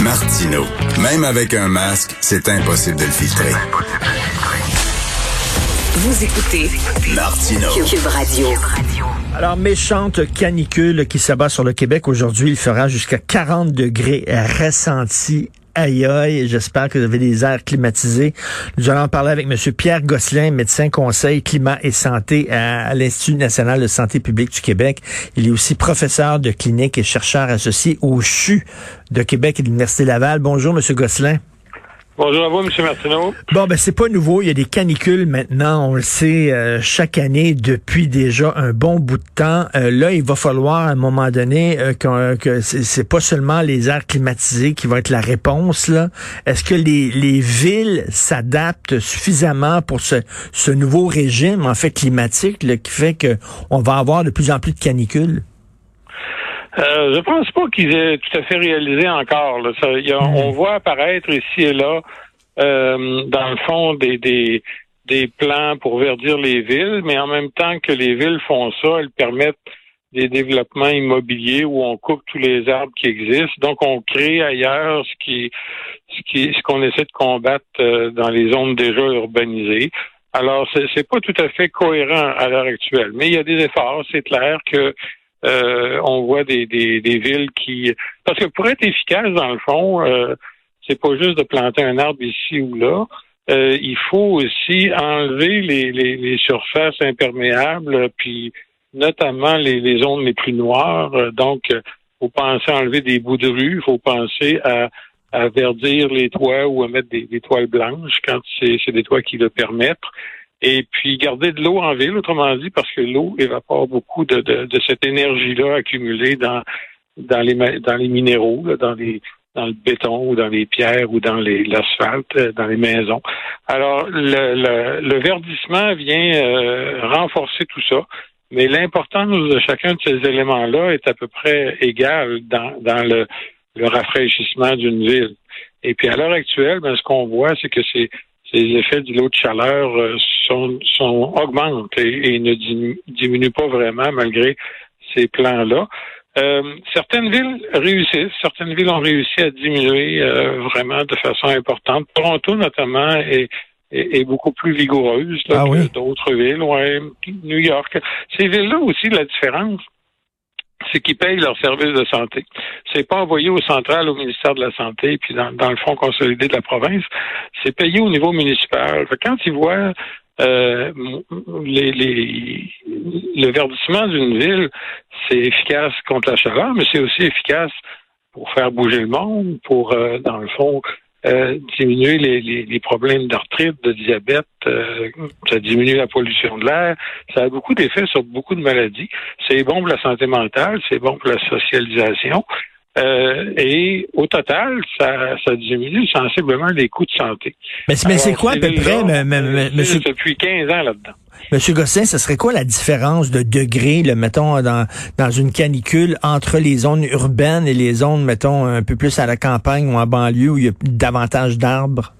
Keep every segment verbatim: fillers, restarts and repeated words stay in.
Martineau. Même avec un masque, c'est impossible de le filtrer. Vous écoutez Martineau. Cube Radio. Alors, méchante canicule qui s'abat sur le Québec aujourd'hui. Il fera jusqu'à quarante degrés ressentis. Aïe aïe, j'espère que vous avez des airs climatisés. Nous allons en parler avec M. Pierre Gosselin, médecin conseil climat et santé à l'Institut national de santé publique du Québec. Il est aussi professeur de clinique et chercheur associé au C H U de Québec et de l'Université Laval. Bonjour, M. Gosselin. Bonjour à vous, M. Martineau. Bon, ben c'est pas nouveau. Il y a des canicules maintenant, on le sait, euh, chaque année depuis déjà un bon bout de temps. Euh, là, il va falloir à un moment donné euh, que, que c'est, c'est pas seulement les airs climatisés qui vont être la réponse. Là, est-ce que les, les villes s'adaptent suffisamment pour ce, ce nouveau régime en fait climatique là, qui fait que on va avoir de plus en plus de canicules? Euh, je pense pas qu'ils aient tout à fait réalisé encore. Là. Ça, y a, mmh. On voit apparaître ici et là, euh, dans le fond, des, des, des plans pour verdir les villes, mais en même temps que les villes font ça, elles permettent des développements immobiliers où on coupe tous les arbres qui existent. Donc, on crée ailleurs ce qui, ce qui, ce qu'on essaie de combattre euh, dans les zones déjà urbanisées. Alors, c'est, c'est pas tout à fait cohérent à l'heure actuelle, mais il y a des efforts. C'est clair que Euh, on voit des, des, des villes qui... Parce que pour être efficace, dans le fond, euh, c'est pas juste de planter un arbre ici ou là. Euh, il faut aussi enlever les, les, les surfaces imperméables, puis notamment les, les zones les plus noires. Donc, il faut penser à enlever des bouts de rue, il faut penser à, à verdir les toits ou à mettre des, des toiles blanches quand c'est, c'est des toits qui le permettent. Et puis garder de l'eau en ville, autrement dit, parce que l'eau évapore beaucoup de, de, de cette énergie-là accumulée dans dans les dans les minéraux, là, dans les dans le béton ou dans les pierres ou dans les l'asphalte, dans les maisons. Alors le le, le verdissement vient euh, renforcer tout ça, mais l'importance de chacun de ces éléments-là est à peu près égale dans dans le le rafraîchissement d'une ville. Et puis à l'heure actuelle, ben, ce qu'on voit, c'est que c'est les effets du lot de chaleur euh, sont, sont augmentent et, et ne diminuent, diminuent pas vraiment malgré ces plans-là. Euh, certaines villes réussissent, certaines villes ont réussi à diminuer euh, vraiment de façon importante. Toronto, notamment, est, est, est beaucoup plus vigoureuse là, ah, que oui. d'autres villes. Ouais, New York. Ces villes-là aussi, la différence, c'est qu'ils payent leurs services de santé. C'est pas envoyé au central, au ministère de la Santé, puis dans, dans le fonds consolidé de la province, c'est payé au niveau municipal. Fait que quand ils voient euh, les, les, le verdissement d'une ville, c'est efficace contre la chaleur, mais c'est aussi efficace pour faire bouger le monde, pour, euh, dans le fond, Euh, diminuer les, les, les problèmes d'arthrite, de diabète, euh, ça diminue la pollution de l'air, ça a beaucoup d'effets sur beaucoup de maladies. C'est bon pour la santé mentale, c'est bon pour la socialisation. Euh, et au total, ça, ça diminue sensiblement les coûts de santé. Mais, mais c'est quoi à peu près, là, m- m- m- monsieur... depuis quinze ans là-dedans. Monsieur Gosselin, ce serait quoi la différence de degrés, là, mettons, dans, dans une canicule entre les zones urbaines et les zones, mettons, un peu plus à la campagne ou en banlieue où il y a davantage d'arbres?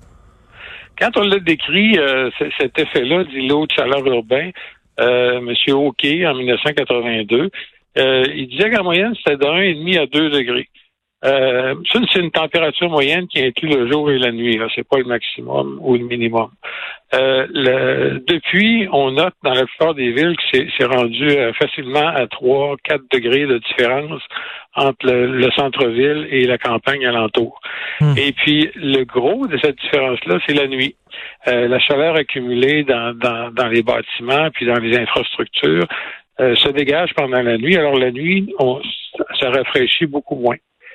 Quand on l'a décrit, euh, cet effet-là d'îlot de chaleur urbain, euh, M. Hockey, en dix-neuf cent quatre-vingt-deux, euh, il disait qu'en moyenne, c'était de un virgule cinq à deux degrés. Euh, ça, c'est une température moyenne qui inclut le jour et la nuit. Là. C'est pas le maximum ou le minimum. Euh, le, depuis, on note dans la plupart des villes que c'est, c'est rendu euh, facilement à trois, quatre degrés de différence entre le, le centre-ville et la campagne alentour. Mmh. Et puis, le gros de cette différence-là, c'est la nuit. Euh, la chaleur accumulée dans, dans, dans les bâtiments puis dans les infrastructures euh, se dégage pendant la nuit. Alors, la nuit, on, ça rafraîchit beaucoup moins.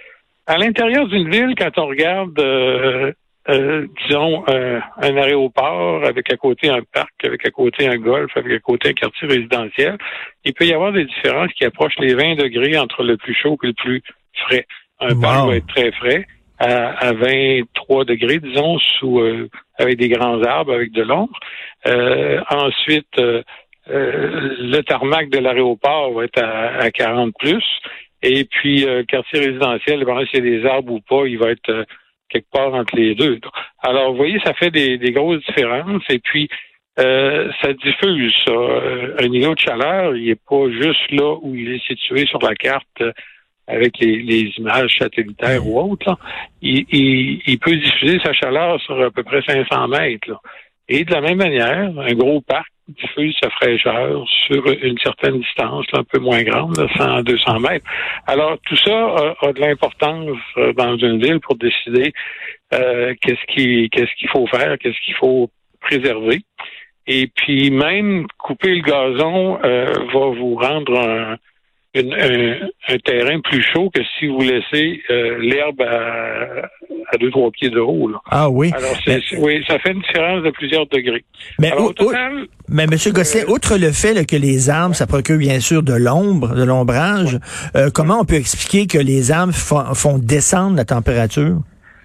À l'intérieur d'une ville, quand on regarde, euh, euh, disons, euh, un aéroport avec à côté un parc, avec à côté un golf, avec à côté un quartier résidentiel, il peut y avoir des différences qui approchent les vingt degrés entre le plus chaud et le plus frais. Un wow. parc va être très frais, à, à vingt-trois degrés, disons, sous euh, avec des grands arbres, avec de l'ombre. Euh, ensuite, euh, euh, le tarmac de l'aéroport va être à, à quarante plus. Et puis, euh, quartier résidentiel, s'il y a des arbres ou pas, il va être euh, quelque part entre les deux. Alors, vous voyez, ça fait des, des grosses différences. Et puis, euh, ça diffuse, ça. Un îlot de chaleur, il n'est pas juste là où il est situé sur la carte avec les, les images satellitaires ou autres, là, il, il, il peut diffuser sa chaleur sur à peu près cinq cents mètres. Là. Et de la même manière, un gros parc diffuse sa fraîcheur sur une certaine distance, là, un peu moins grande, là, cent à deux cents mètres. Alors, tout ça a, a de l'importance euh, dans une ville pour décider euh, qu'est-ce qui, qu'est-ce qu'il faut faire, qu'est-ce qu'il faut préserver. Et puis, même couper le gazon euh, va vous rendre un Une, un, un terrain plus chaud que si vous laissez euh, l'herbe à, à deux, trois pieds de haut. Là. Ah oui. Alors, c'est, mais, c'est, oui, ça fait une différence de plusieurs degrés. Mais, Alors, au, au total, au, mais M. Gosselin, euh, outre le fait là, que les arbres, ça procure bien sûr de l'ombre, de l'ombrage, ouais. euh, comment on peut expliquer que les arbres font, font descendre la température?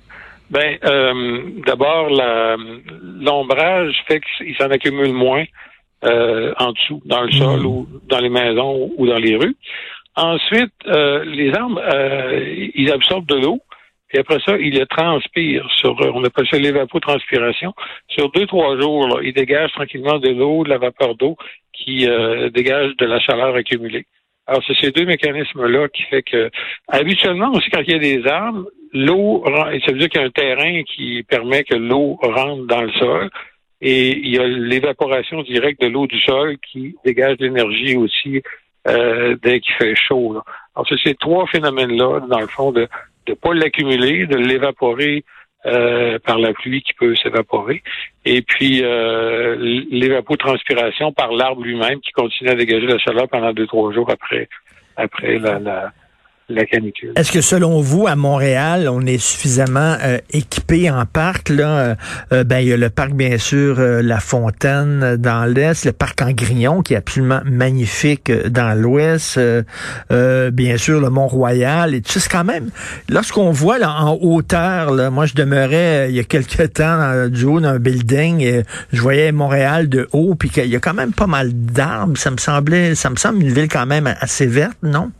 Ben, euh, d'abord, la, l'ombrage fait qu'il s'en accumule moins. Euh, en dessous, dans le mmh. sol ou dans les maisons ou dans les rues. Ensuite, euh, les arbres, euh, ils absorbent de l'eau, et après ça, ils le transpirent sur, on appelle ça l'évapotranspiration. Sur deux, trois jours, là, ils dégagent tranquillement de l'eau, de la vapeur d'eau qui euh, dégage de la chaleur accumulée. Alors, c'est ces deux mécanismes-là qui fait que, habituellement aussi, quand il y a des arbres, l'eau, ça veut dire qu'il y a un terrain qui permet que l'eau rentre dans le sol. Et il y a l'évaporation directe de l'eau du sol qui dégage de l'énergie aussi euh, dès qu'il fait chaud. Là. Alors, c'est ces trois phénomènes-là, dans le fond, de ne pas l'accumuler, de l'évaporer euh, par la pluie qui peut s'évaporer, et puis euh, l'évapotranspiration par l'arbre lui-même qui continue à dégager la chaleur pendant deux, trois jours après, après la... la la canicule. Est-ce que selon vous, à Montréal, on est suffisamment euh, équipé en parc? Là, euh, ben il y a le parc, bien sûr, euh, La Fontaine dans l'Est, le parc en Grillon, qui est absolument magnifique dans l'Ouest, euh, euh, bien sûr, le Mont-Royal, et tout ça, c'est quand même, lorsqu'on voit là, en hauteur, là, moi je demeurais euh, il y a quelque temps dans, du haut d'un building, et je voyais Montréal de haut, puis qu'il y a quand même pas mal d'arbres, ça me semblait, ça me semble une ville quand même assez verte, non?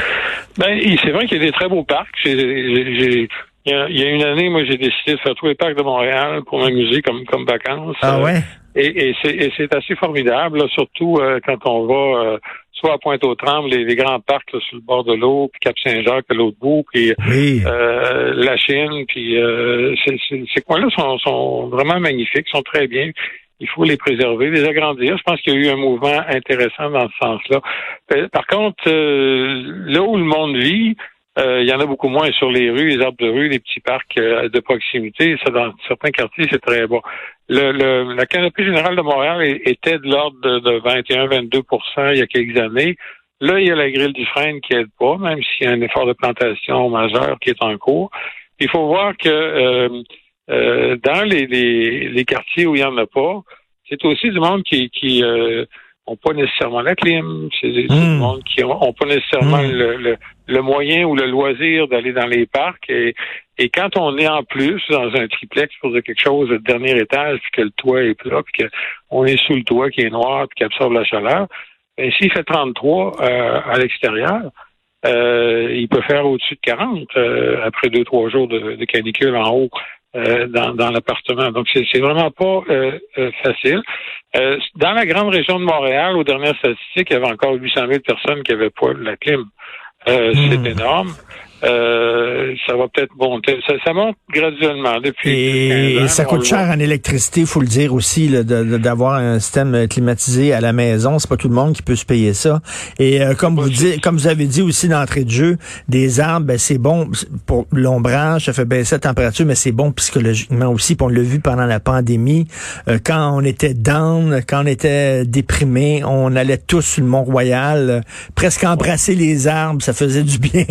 Ben, c'est vrai qu'il y a des très beaux parcs. J'ai, j'ai, il, y a, il y a une année, moi, j'ai décidé de faire tous les parcs de Montréal pour m'amuser comme, comme vacances. Ah ouais? Et, et, c'est, et c'est assez formidable, là, surtout euh, quand on va euh, soit à Pointe-aux-Trembles, les, les grands parcs là, sur le bord de l'eau, puis Cap-Saint-Jacques à l'autre bout, puis oui. euh, la Chine, puis euh, c'est, c'est, ces coins-là sont, sont vraiment magnifiques, sont très bien. Il faut les préserver, les agrandir. Je pense qu'il y a eu un mouvement intéressant dans ce sens-là. Par contre, euh, là où le monde vit, euh, il y en a beaucoup moins sur les rues, les arbres de rue, les petits parcs euh, de proximité. Ça, dans certains quartiers, c'est très bon. Le, le, la canopée générale de Montréal était de l'ordre de, de vingt et un à vingt-deux pour cent il y a quelques années. Là, il y a la grille du frêne qui aide pas, même s'il y a un effort de plantation majeur qui est en cours. Il faut voir que euh, Euh, dans les, les, les quartiers où il n'y en a pas, c'est aussi du monde qui qui euh, ont pas nécessairement la clim, c'est, mmh. c'est du monde qui ont, ont pas nécessairement mmh. le, le, le moyen ou le loisir d'aller dans les parcs. Et, et quand on est en plus dans un triplex pour dire quelque chose de dernier étage, puis que le toit est plat, puis qu'on est sous le toit qui est noir, puis qui absorbe la chaleur, ben, s'il fait trente-trois euh, à l'extérieur, euh, il peut faire au-dessus de quarante euh, après deux, trois jours de, de canicule en haut. Euh, dans, dans l'appartement. Donc, c'est, c'est vraiment pas euh, euh, facile. Euh, dans la grande région de Montréal, aux dernières statistiques, il y avait encore huit cent mille personnes qui n'avaient pas la clim. Euh, mmh. C'est énorme. Euh, ça va peut-être monter. Ça, ça monte graduellement depuis. Et, ans, et ça coûte cher en électricité, faut le dire aussi, là, de, de, d'avoir un système climatisé à la maison. C'est pas tout le monde qui peut se payer ça. Et euh, comme vous dites, comme vous avez dit aussi d'entrée de jeu, des arbres, ben, c'est bon pour l'ombrage, ça fait baisser la température, mais c'est bon psychologiquement aussi. Puis on l'a vu pendant la pandémie, euh, quand on était down, quand on était déprimé, on allait tous sur le Mont-Royal, euh, presque embrasser les arbres, ça faisait du bien.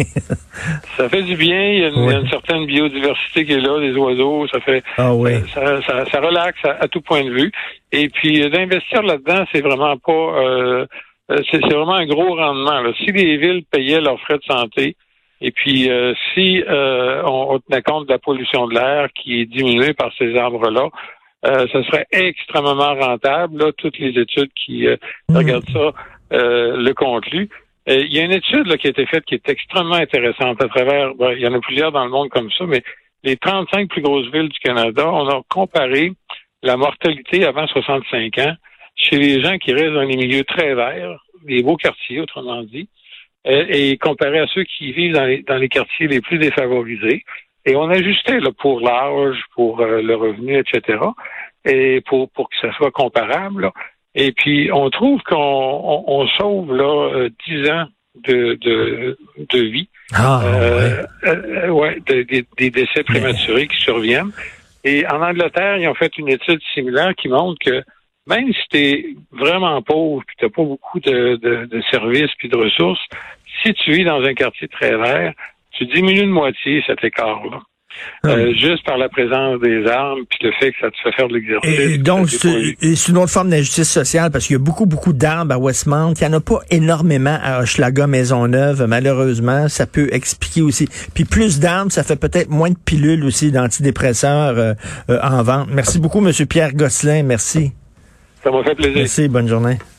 Ça fait du bien, il y, a une, oui. il y a une certaine biodiversité qui est là, des oiseaux, ça fait ah oui. ça, ça, ça relaxe à, à tout point de vue. Et puis d'investir là-dedans, c'est vraiment pas euh, c'est, c'est vraiment un gros rendement. Là. Si les villes payaient leurs frais de santé, et puis euh, si euh, on, on tenait compte de la pollution de l'air qui est diminuée par ces arbres-là, euh, ça serait extrêmement rentable. Là, toutes les études qui euh, mmh. regardent ça euh, le concluent. Euh, il y a une étude là, qui a été faite qui est extrêmement intéressante à travers, ben, il y en a plusieurs dans le monde comme ça, mais les trente-cinq plus grosses villes du Canada, on a comparé la mortalité avant soixante-cinq ans chez les gens qui restent dans les milieux très verts, les beaux quartiers, autrement dit, et, et comparé à ceux qui vivent dans les, dans les quartiers les plus défavorisés. Et on ajustait là, pour l'âge, pour euh, le revenu, et cetera, et pour, pour que ça soit comparable. Là. Et puis, on trouve qu'on on, on sauve là euh, dix ans de, de, de vie. Ah, euh, ouais. Euh, ouais, de, de, des décès prématurés Mais... qui surviennent. Et en Angleterre, ils ont fait une étude similaire qui montre que même si tu es vraiment pauvre, puis tu n'as pas beaucoup de, de, de services puis de ressources, si tu vis dans un quartier très vert, tu diminues de moitié cet écart-là. Euh, juste par la présence des armes, puis le fait que ça te fait faire de l'exercice. Et donc, c'est, c'est une autre forme d'injustice sociale, parce qu'il y a beaucoup, beaucoup d'arbres à Westmount. Il n'y en a pas énormément à Hochelaga, Maisonneuve, malheureusement. Ça peut expliquer aussi. Puis plus d'arbres, ça fait peut-être moins de pilules aussi d'antidépresseurs euh, euh, en vente. Merci beaucoup, M. Pierre Gosselin. Merci. Ça m'a fait plaisir. Merci, bonne journée.